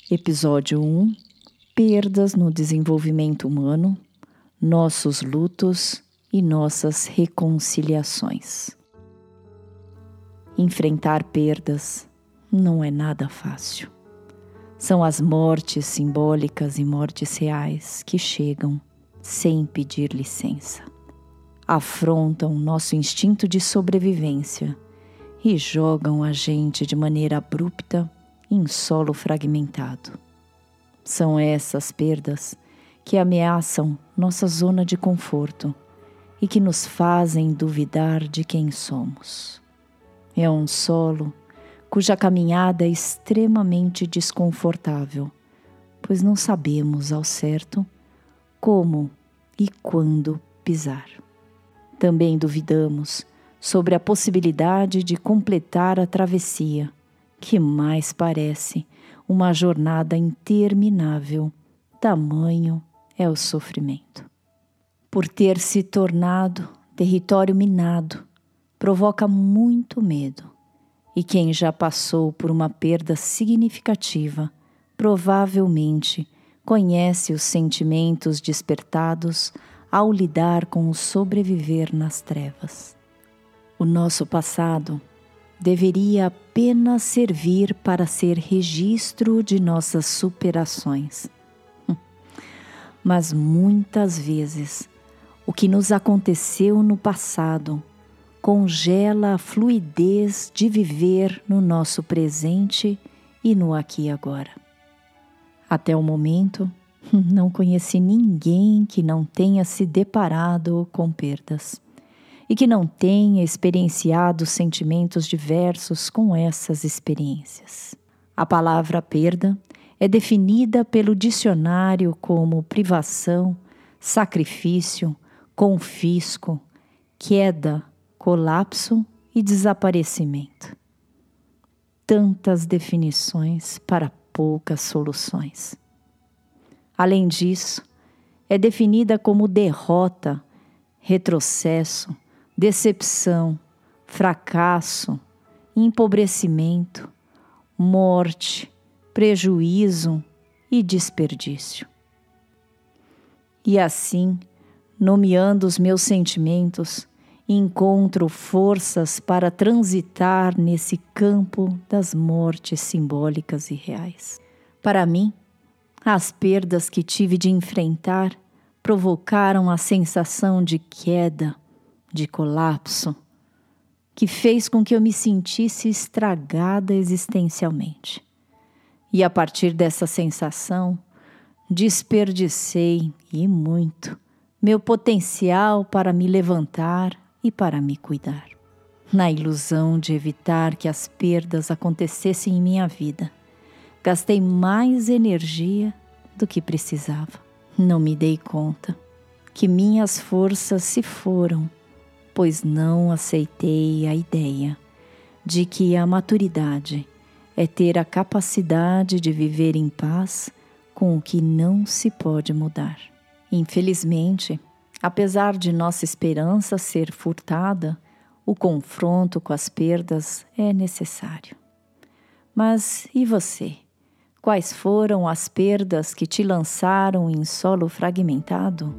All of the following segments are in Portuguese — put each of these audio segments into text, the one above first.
Episódio 1: Perdas no desenvolvimento humano, nossos lutos e nossas reconciliações. Enfrentar perdas não é nada fácil. São as mortes simbólicas e mortes reais que chegam sem pedir licença. Afrontam nosso instinto de sobrevivência e jogam a gente de maneira abrupta em solo fragmentado. São essas perdas que ameaçam nossa zona de conforto e que nos fazem duvidar de quem somos. É um solo cuja caminhada é extremamente desconfortável, pois não sabemos ao certo como e quando pisar. Também duvidamos sobre a possibilidade de completar a travessia, que mais parece uma jornada interminável, tamanho é o sofrimento. Por ter se tornado território minado, provoca muito medo, e quem já passou por uma perda significativa provavelmente conhece os sentimentos despertados ao lidar com o sobreviver nas trevas. O nosso passado deveria apenas servir para ser registro de nossas superações. Mas muitas vezes, o que nos aconteceu no passado congela a fluidez de viver no nosso presente e no aqui e agora. Até o momento, não conheci ninguém que não tenha se deparado com perdas e que não tenha experienciado sentimentos diversos com essas experiências. A palavra perda é definida pelo dicionário como privação, sacrifício, confisco, queda, colapso e desaparecimento. Tantas definições para poucas soluções. Além disso, é definida como derrota, retrocesso, decepção, fracasso, empobrecimento, morte, prejuízo e desperdício. E assim, nomeando os meus sentimentos, encontro forças para transitar nesse campo das mortes simbólicas e reais. Para mim, as perdas que tive de enfrentar provocaram a sensação de queda, de colapso, que fez com que eu me sentisse estragada existencialmente. E a partir dessa sensação, desperdicei, e muito, meu potencial para me levantar e para me cuidar. Na ilusão de evitar que as perdas acontecessem em minha vida, gastei mais energia do que precisava. Não me dei conta que minhas forças se foram, pois não aceitei a ideia de que a maturidade é ter a capacidade de viver em paz com o que não se pode mudar. Infelizmente, apesar de nossa esperança ser furtada, o confronto com as perdas é necessário. Mas e você? Quais foram as perdas que te lançaram em solo fragmentado?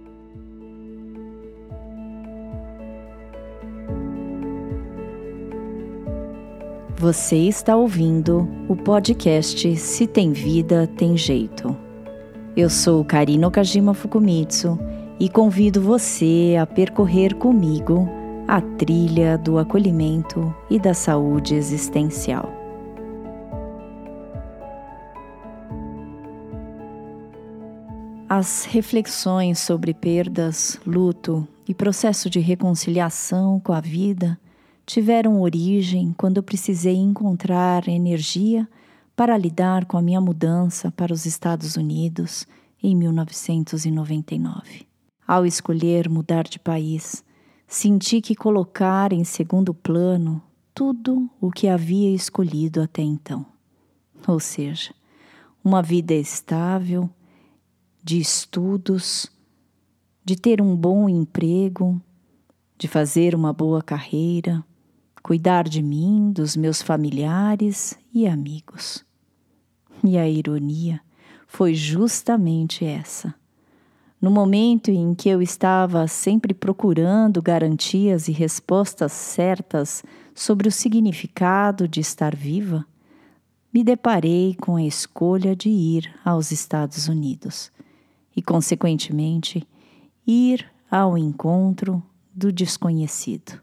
Você está ouvindo o podcast Se Tem Vida, Tem Jeito. Eu sou Karina Okajima Fukumitsu e convido você a percorrer comigo a trilha do acolhimento e da saúde existencial. As reflexões sobre perdas, luto e processo de reconciliação com a vida tiveram origem quando eu precisei encontrar energia para lidar com a minha mudança para os Estados Unidos em 1999. Ao escolher mudar de país, senti que colocar em segundo plano tudo o que havia escolhido até então. Ou seja, uma vida estável, de estudos, de ter um bom emprego, de fazer uma boa carreira, cuidar de mim, dos meus familiares e amigos. E a ironia foi justamente essa. No momento em que eu estava sempre procurando garantias e respostas certas sobre o significado de estar viva, me deparei com a escolha de ir aos Estados Unidos e, consequentemente, ir ao encontro do desconhecido.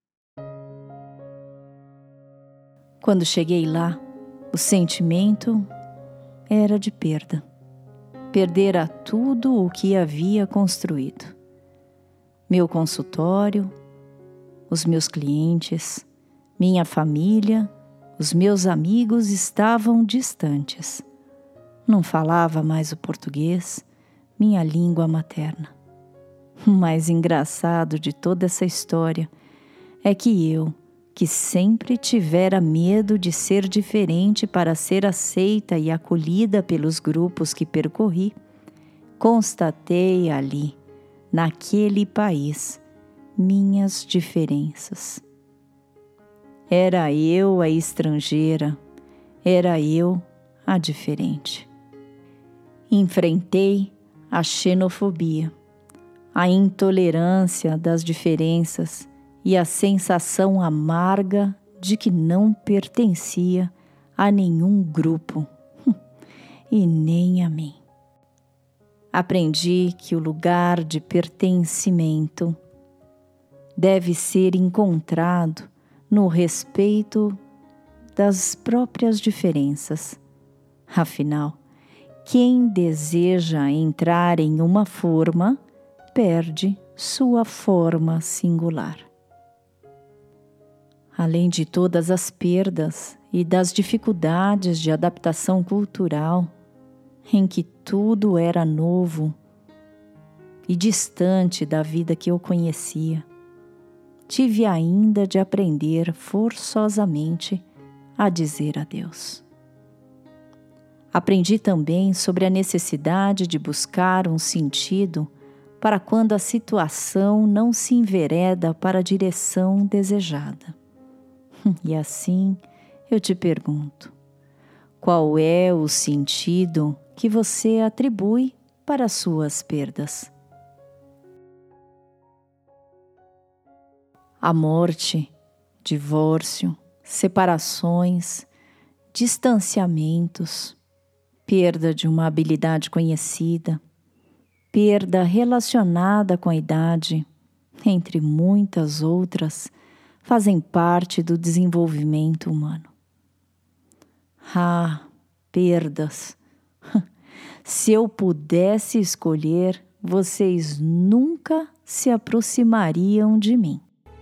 Quando cheguei lá, o sentimento era de perda. Perdera tudo o que havia construído. Meu consultório, os meus clientes, minha família, os meus amigos estavam distantes. Não falava mais o português, minha língua materna. O mais engraçado de toda essa história é que eu, que sempre tivera medo de ser diferente para ser aceita e acolhida pelos grupos que percorri, constatei ali, naquele país, minhas diferenças. Era eu a estrangeira, era eu a diferente. Enfrentei a xenofobia, a intolerância das diferenças e a sensação amarga de que não pertencia a nenhum grupo e nem a mim. Aprendi que o lugar de pertencimento deve ser encontrado no respeito das próprias diferenças. Afinal, quem deseja entrar em uma forma perde sua forma singular. Além de todas as perdas e das dificuldades de adaptação cultural, em que tudo era novo e distante da vida que eu conhecia, tive ainda de aprender forçosamente a dizer adeus. Aprendi também sobre a necessidade de buscar um sentido para quando a situação não se envereda para a direção desejada. E assim eu te pergunto, qual é o sentido que você atribui para as suas perdas? A morte, divórcio, separações, distanciamentos, perda de uma habilidade conhecida, perda relacionada com a idade, entre muitas outras, fazem parte do desenvolvimento humano. Ah, perdas! Se eu pudesse escolher, vocês nunca se aproximariam de mim.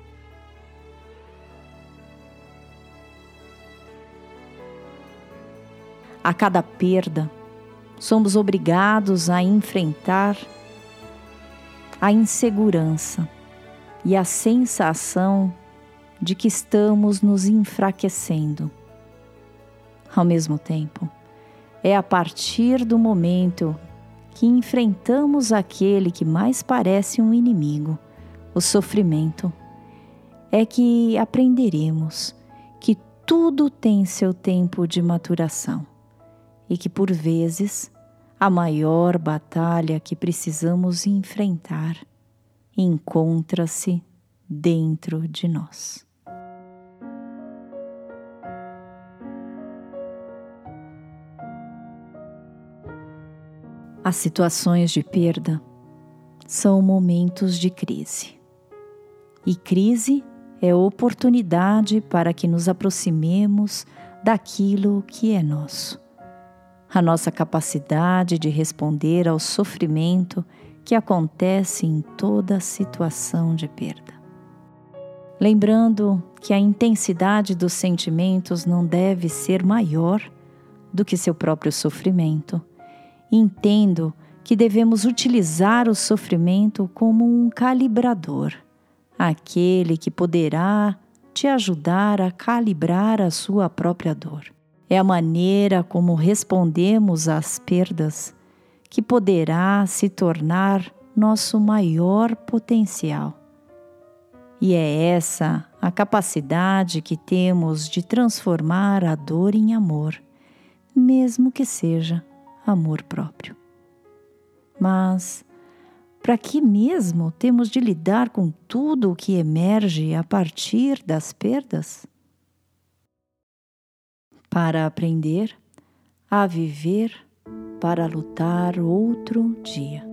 A cada perda, somos obrigados a enfrentar a insegurança e a sensação de que estamos nos enfraquecendo. Ao mesmo tempo, é a partir do momento que enfrentamos aquele que mais parece um inimigo, o sofrimento, é que aprenderemos que tudo tem seu tempo de maturação e que, por vezes, a maior batalha que precisamos enfrentar encontra-se dentro de nós. As situações de perda são momentos de crise. E crise é oportunidade para que nos aproximemos daquilo que é nosso. A nossa capacidade de responder ao sofrimento que acontece em toda situação de perda. Lembrando que a intensidade dos sentimentos não deve ser maior do que seu próprio sofrimento. Entendo que devemos utilizar o sofrimento como um calibrador, aquele que poderá te ajudar a calibrar a sua própria dor. É a maneira como respondemos às perdas que poderá se tornar nosso maior potencial. E é essa a capacidade que temos de transformar a dor em amor, mesmo que seja amor próprio. Mas para que mesmo temos de lidar com tudo o que emerge a partir das perdas? Para aprender a viver, para lutar outro dia.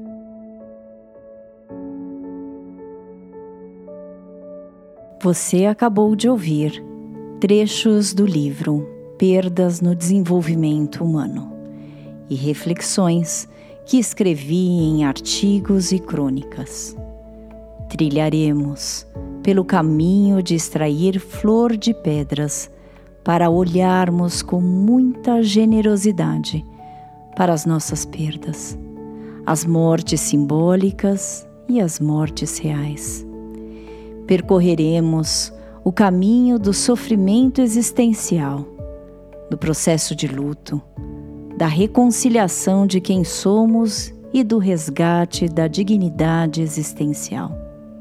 Você acabou de ouvir trechos do livro Perdas no Desenvolvimento Humano e reflexões que escrevi em artigos e crônicas. Trilharemos pelo caminho de extrair flor de pedras para olharmos com muita generosidade para as nossas perdas, as mortes simbólicas e as mortes reais. Percorreremos o caminho do sofrimento existencial, do processo de luto, da reconciliação de quem somos e do resgate da dignidade existencial.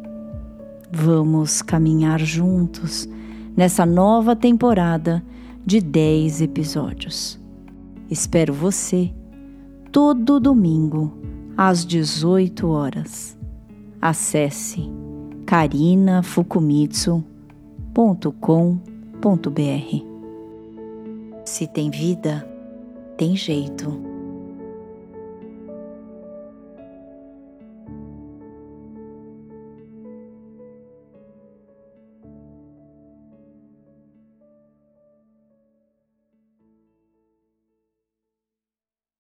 Vamos caminhar juntos nessa nova temporada de 10 episódios. Espero você todo domingo às 18 horas. Acesse karinafukumitsu.com.br. Se tem vida, tem jeito.